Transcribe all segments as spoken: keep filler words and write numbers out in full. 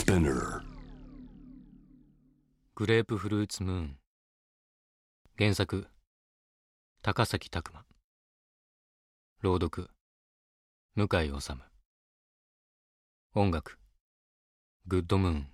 Spinner グレープフルーツムーン。原作高崎拓磨、朗読向井治、音楽グッドムーン。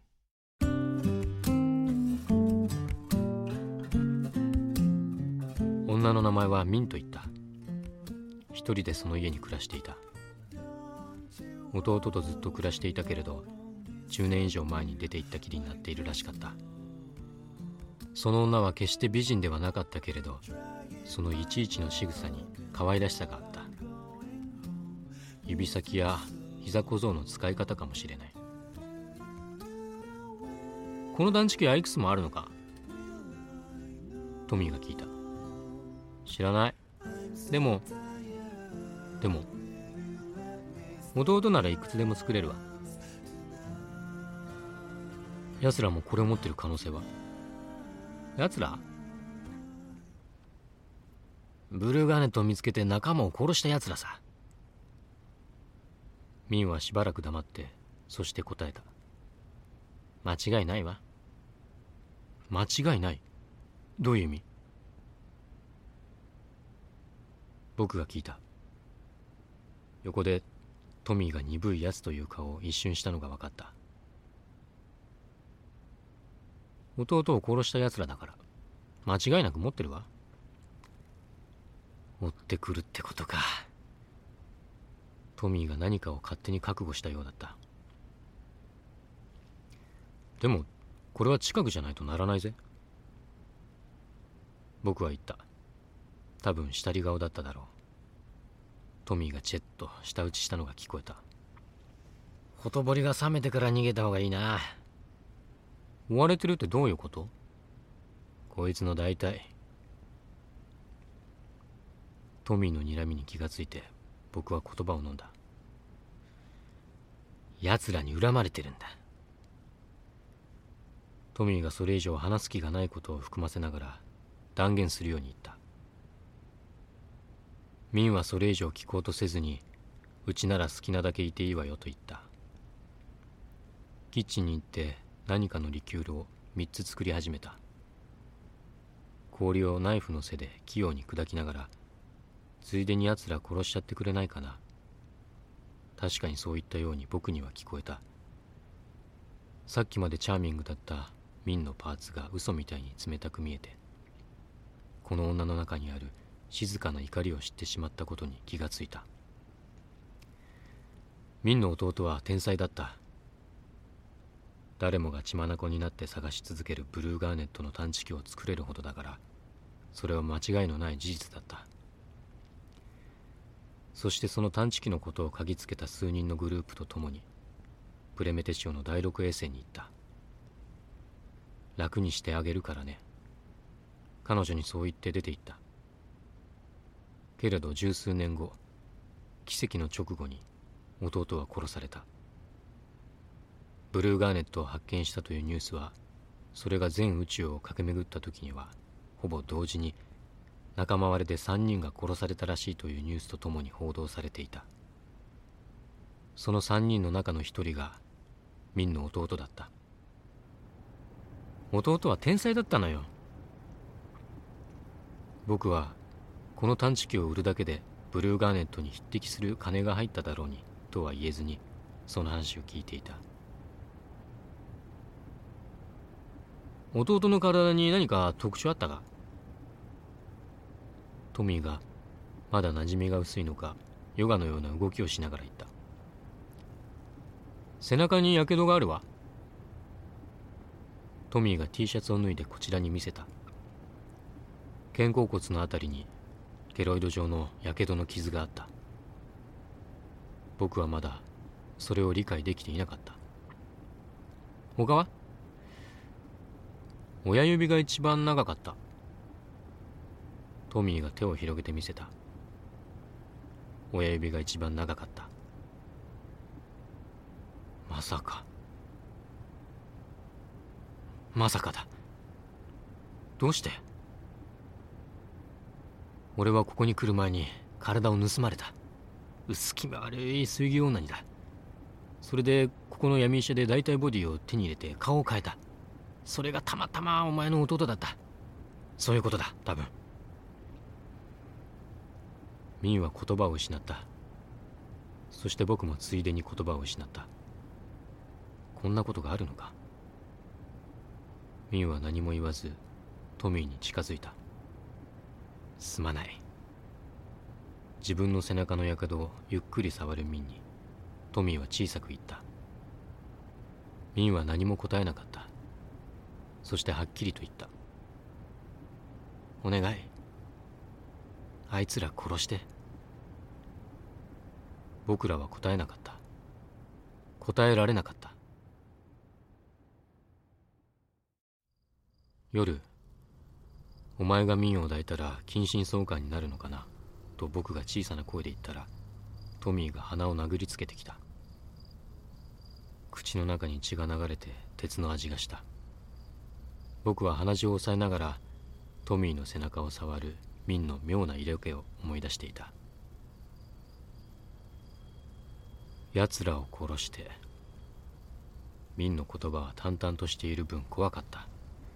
女の名前はミンと言った。一人でその家に暮らしていた。弟とずっと暮らしていたけれど、じゅうねん以上前に出て行ったきりになっているらしかった。その女は決して美人ではなかったけれど、そのいちいちの仕草に可愛らしさがあった。指先や膝小僧の使い方かもしれない。この団地家はいくつもあるのか？トミーが聞いた。知らない。でもでも弟ならいくつでも作れるわ。奴らもこれを持ってる可能性は？奴ら？ブルーガーネットを見つけて仲間を殺した奴らさ。ミンはしばらく黙って、そして答えた。間違いないわ。間違いない？どういう意味？僕が聞いた。横でトミーが鈍いやつという顔を一瞬したのが分かった。弟を殺した奴らだから間違いなく持ってるわ。追ってくるってことか。トミーが何かを勝手に覚悟したようだった。でもこれは近くじゃないとならないぜ。僕は言った。多分下り顔だっただろう。トミーがチェッと舌打ちしたのが聞こえた。ほとぼりが冷めてから逃げた方がいいな。追われてるってどういうこと？こいつの大体。トミーの睨みに気がついて、僕は言葉を飲んだ。奴らに恨まれてるんだ。トミーがそれ以上話す気がないことを含ませながら断言するように言った。ミンはそれ以上聞こうとせずに、うちなら好きなだけいていいわよと言った。キッチンに行って何かのリキュールをみっつ作り始めた。氷をナイフの背で器用に砕きながら、ついでに奴ら殺しちゃってくれないかな。確かにそう言ったように僕には聞こえた。さっきまでチャーミングだったミンのパーツが嘘みたいに冷たく見えて、この女の中にある静かな怒りを知ってしまったことに気がついた。ミンの弟は天才だった。誰もが血眼になって探し続けるブルーガーネットの探知機を作れるほどだから、それは間違いのない事実だった。そしてその探知機のことを嗅ぎつけた数人のグループと共にプレメテシオのだいろく衛星に行った。楽にしてあげるからね。彼女にそう言って出て行った。けれど十数年後、奇跡の直後に弟は殺された。ブルーガーネットを発見したというニュースは、それが全宇宙を駆け巡った時にはほぼ同時に仲間割れでさんにんが殺されたらしいというニュースとともに報道されていた。そのさんにんの中のひとりがミンの弟だった。弟は天才だったのよ。僕はこの探知機を売るだけでブルーガーネットに匹敵する金が入っただろうにとは言えずに、その話を聞いていた。弟の体に何か特徴あったか？トミーがまだ馴染みが薄いのか、ヨガのような動きをしながら言った。背中にやけどがあるわ。トミーが T シャツを脱いでこちらに見せた。肩甲骨のあたりにケロイド状のやけどの傷があった。僕はまだそれを理解できていなかった。他は？親指が一番長かった。トミーが手を広げてみせた。親指が一番長かった。まさかまさかだ。どうして？俺はここに来る前に体を盗まれた。薄気味悪い水牛女にだ。 それでここの闇医者で大体ボディを手に入れて顔を変えた。それがたまたまお前の弟だった。そういうことだ、多分。ミンは言葉を失った。そして僕もついでに言葉を失った。こんなことがあるのか。ミンは何も言わずトミーに近づいた。すまない。自分の背中のやけどをゆっくり触るミンにトミーは小さく言った。ミンは何も答えなかった。そしてはっきりと言った。お願い、あいつら殺して。僕らは答えなかった。答えられなかった。夜、お前がミンを抱いたら近親相関になるのかなと僕が小さな声で言ったら、トミーが鼻を殴りつけてきた。口の中に血が流れて鉄の味がした。僕は鼻血を押さえながらトミーの背中を触るミンの妙な色気を思い出していた。奴らを殺して。ミンの言葉は淡々としている分怖かった。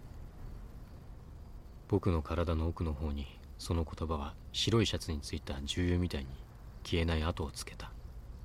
僕の体の奥の方にその言葉は白いシャツについた重油みたいに消えない跡をつけた。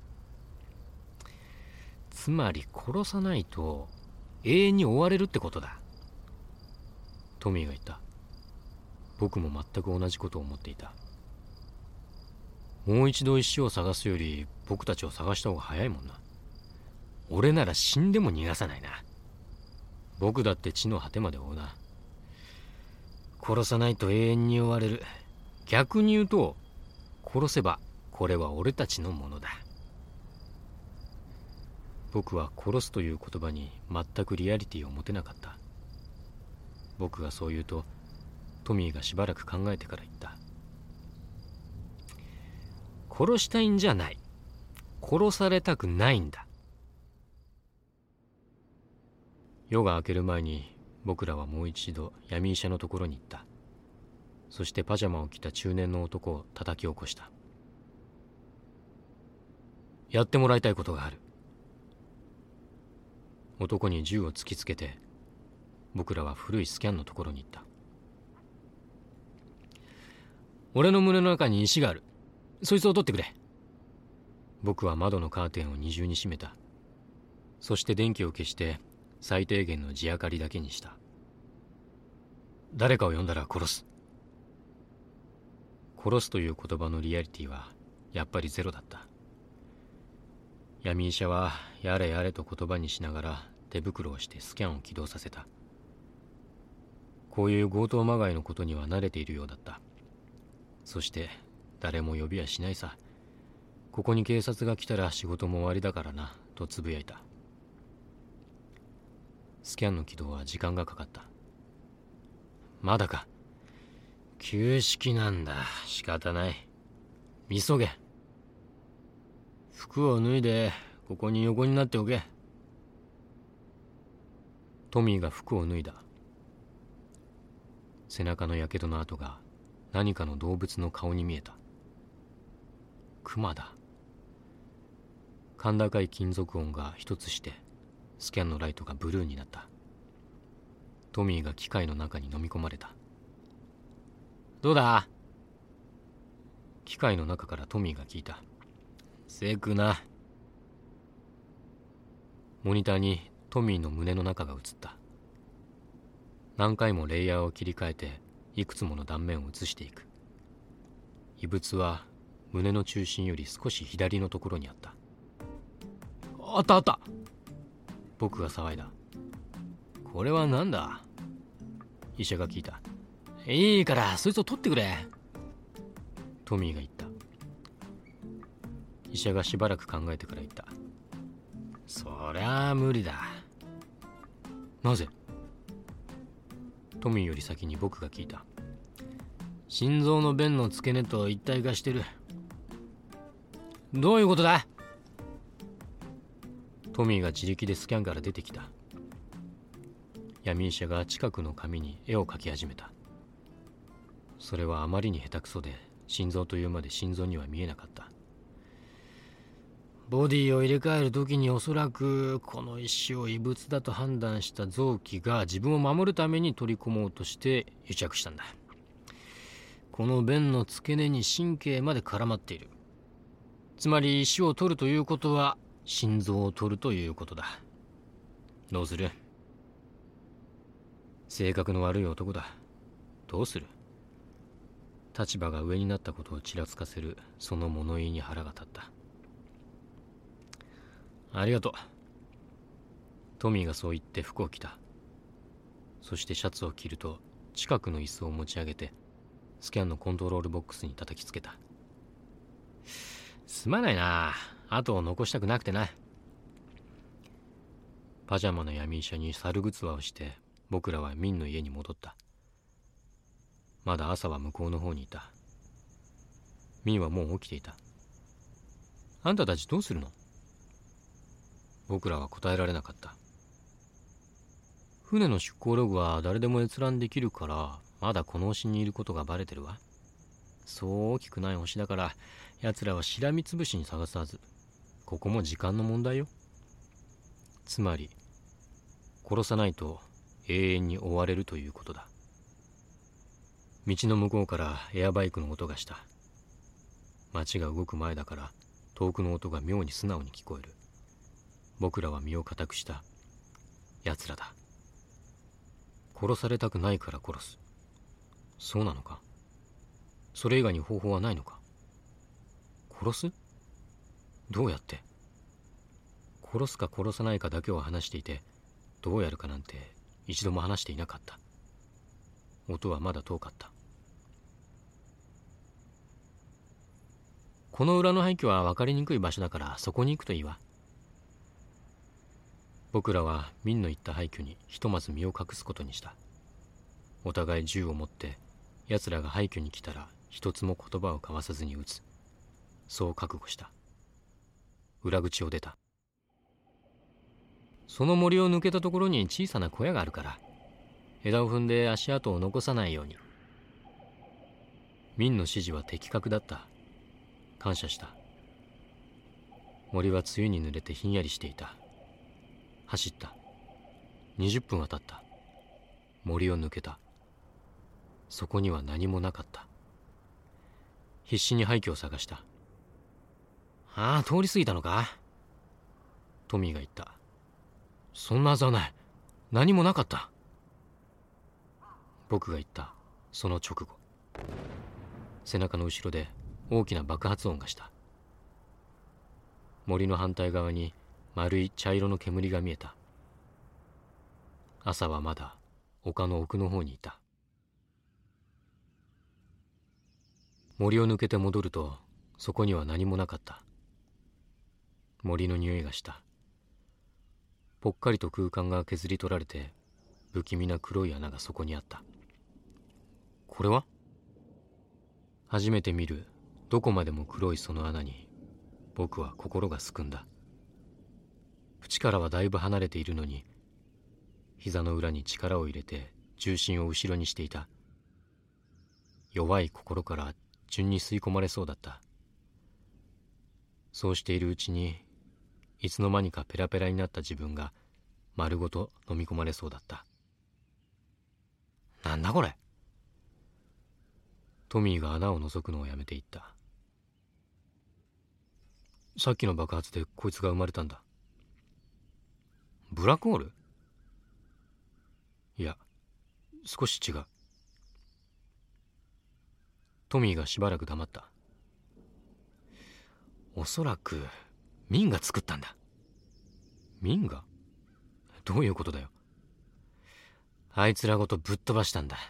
つまり殺さないと永遠に追われるってことだ。トミーが言った。僕も全く同じことを思っていた。もう一度石を探すより僕たちを探した方が早いもんな。俺なら死んでも逃がさないな。僕だって地の果てまで追うな。殺さないと永遠に追われる。逆に言うと、殺せばこれは俺たちのものだ。僕は殺すという言葉に全くリアリティを持てなかった。僕がそう言うとトミーがしばらく考えてから言った。殺したいんじゃない。殺されたくないんだ。夜が明ける前に僕らはもう一度闇医者のところに行った。そしてパジャマを着た中年の男を叩き起こした。やってもらいたいことがある。男に銃を突きつけて僕らは古いスキャンのところに行った。俺の胸の中に石がある。そいつを取ってくれ。僕は窓のカーテンを二重に閉めた。そして電気を消して最低限の地明かりだけにした。誰かを呼んだら殺す。殺すという言葉のリアリティはやっぱりゼロだった。闇医者はやれやれと言葉にしながら手袋をしてスキャンを起動させた。こういう強盗まがいのことには慣れているようだった。そして誰も呼びやしないさ。ここに警察が来たら仕事も終わりだからなとつぶやいた。スキャンの起動は時間がかかった。まだか。旧式なんだ。仕方ない。急げ。服を脱いでここに横になっておけ。トミーが服を脱いだ。背中のやけどの跡が何かの動物の顔に見えた。クマだ。甲高い金属音が一つしてスキャンのライトがブルーになった。トミーが機械の中に飲み込まれた。どうだ？機械の中からトミーが聞いた。セクな。モニターにトミーの胸の中が映った。何回もレイヤーを切り替えていくつもの断面を映していく。異物は胸の中心より少し左のところにあった。あったあった。僕が騒いだ。これは何だ？医者が聞いた。いいからそいつを取ってくれ。トミーが言った。医者がしばらく考えてから言った。そりゃあ無理だ。なぜ？トミーより先に僕が聞いた。心臓の弁の付け根と一体化してる。どういうことだ？トミーが自力でスキャンから出てきた。闇医者が近くの紙に絵を描き始めた。それはあまりに下手くそで心臓というまで心臓には見えなかった。 ボディを入れ替える時におそらくこの石を異物だと判断した臓器が自分を守るために取り込もうとして癒着したんだ。この弁の付け根に神経まで絡まっている。つまり石を取るということは心臓を取るということだ。どうする？性格の悪い男だ。どうする？立場が上になったことをちらつかせるその物言いに腹が立った。ありがとう。トミーがそう言って服を着た。そしてシャツを着ると近くの椅子を持ち上げてスキャンのコントロールボックスに叩きつけた。すまないな、後を残したくなくてな。パジャマの闇医者に猿靴輪をして僕らはミンの家に戻った。まだ朝は向こうの方にいた。ミンはもう起きていた。あんたたちどうするの？僕らは答えられなかった。船の出港ログは誰でも閲覧できるからまだこの星にいることがバレてるわ。そう大きくない星だから奴らはしらみつぶしに探すはず。ここも時間の問題よ。つまり殺さないと永遠に追われるということだ。道の向こうからエアバイクの音がした。街が動く前だから遠くの音が妙に素直に聞こえる。僕らは身を固くした。奴らだ。殺されたくないから殺す。そうなのか？それ以外に方法はないのか？殺す？どうやって？殺すか殺さないかだけを話していて、どうやるかなんて一度も話していなかった。音はまだ遠かった。この裏の廃墟は分かりにくい場所だからそこに行くといいわ。僕らはミンの言った廃墟にひとまず身を隠すことにした。お互い銃を持って奴らが廃墟に来たら一つも言葉を交わさずに撃つ。そう覚悟した。裏口を出た。その森を抜けたところに小さな小屋があるから枝を踏んで足跡を残さないように。ミンの指示は的確だった。感謝した。森は梅雨に濡れてひんやりしていた。走った。にじゅっぷんは経った。森を抜けた。そこには何もなかった。必死に廃墟を探した。ああ、通り過ぎたのか？トミーが言った。そんなはずはない。何もなかった。僕が言った。その直後、背中の後ろで大きな爆発音がした。森の反対側に丸い茶色の煙が見えた。朝はまだ丘の奥の方にいた。森を抜けて戻るとそこには何もなかった。森の匂いがした。ぽっかりと空間が削り取られて不気味な黒い穴がそこにあった。これは？初めて見るどこまでも黒いその穴に僕は心がすくんだ。縁からはだいぶ離れているのに膝の裏に力を入れて重心を後ろにしていた。弱い心から順に吸い込まれそうだった。そうしているうちにいつの間にかペラペラになった自分が丸ごと飲み込まれそうだった。なんだこれ？トミーが穴を覗くのをやめていった。さっきの爆発でこいつが生まれたんだ。ブラックホール？いや、少し違う。トミーがしばらく黙った。おそらくミンが作ったんだ。ミンが？どういうことだよ。あいつらごとぶっ飛ばしたんだ。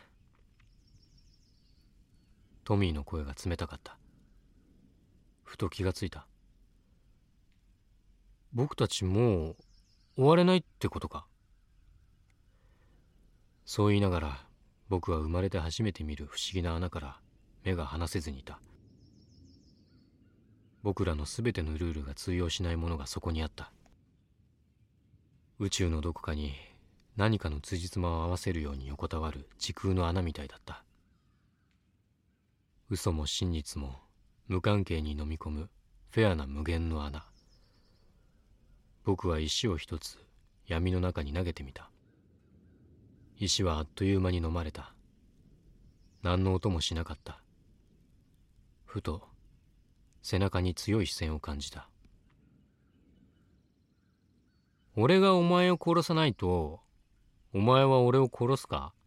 トミーの声が冷たかった。ふと気がついた。僕たちもう終われないってことか。そう言いながら僕は生まれて初めて見る不思議な穴から目が離せずにいた。僕らのすべてのルールが通用しないものがそこにあった。宇宙のどこかに何かの辻褄を合わせるように横たわる時空の穴みたいだった。嘘も真実も無関係に飲み込むフェアな無限の穴。 僕は石を一つ闇の中に投げてみた。石はあっという間に飲まれた。何の音もしなかった。ふと背中に強い視線を感じた。俺がお前を殺さないと、お前は俺を殺すか？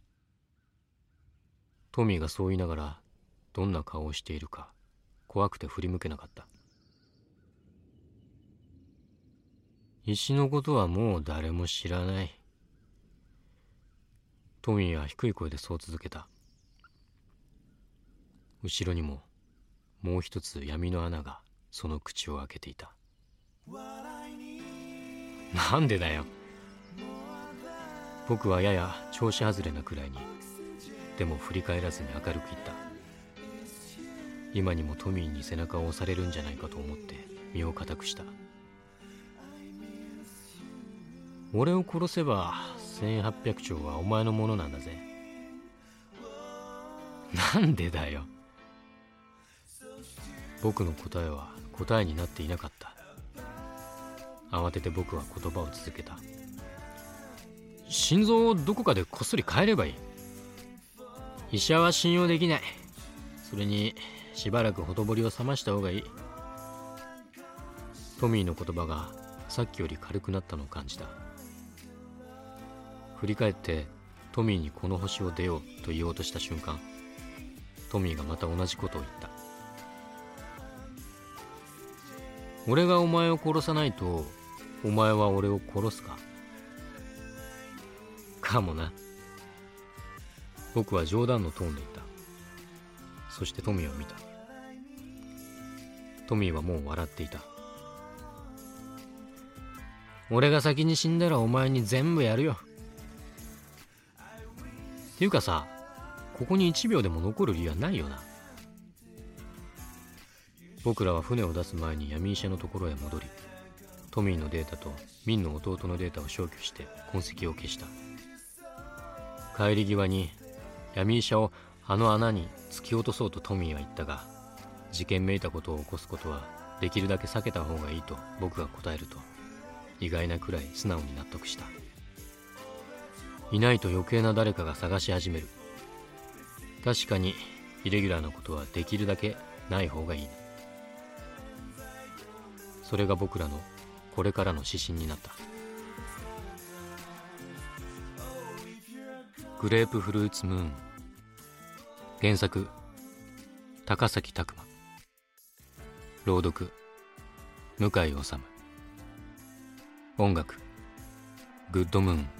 トミーがそう言いながら、どんな顔をしているか怖くて振り向けなかった。石のことはもう誰も知らない。トミーは低い声でそう続けた。後ろにももう一つ闇の穴がその口を開けていた。なんでだよ。僕はやや調子外れなくらいに、でも振り返らずに明るく言った。今にもトミーに背中を押されるんじゃないかと思って身を固くした。俺を殺せばせんはっぴゃくちょうはお前のものなんだぜ。なんでだよ。僕の答えは答えになっていなかった。慌てて僕は言葉を続けた。心臓をどこかでこっそり変えればいい。医者は信用できない。それにしばらくほとぼりを冷ました方がいい。トミーの言葉がさっきより軽くなったのを感じた。振り返ってトミーにこの星を出ようと言おうとした瞬間、トミーがまた同じことを言った。俺がお前を殺さないと、お前は俺を殺すか？かもな。僕は冗談のトーンで言った。そしてトミーを見た。トミーはもう笑っていた。俺が先に死んだらお前に全部やるよ。っていうかさ、ここにいちびょうでも残る理由はないよな。僕らは船を出す前に闇医者のところへ戻り、トミーのデータとミンの弟のデータを消去して痕跡を消した。帰り際に闇医者をあの穴に突き落とそうとトミーは言ったが、事件めいたことを起こすことはできるだけ避けた方がいいと僕が答えると、意外なくらい素直に納得した。いないと余計な誰かが探し始める。確かにイレギュラーなことはできるだけない方がいい。それが僕らのこれからの指針になった。グレープフルーツムーン。原作高崎拓磨。朗読向井理。音楽グッドムーン。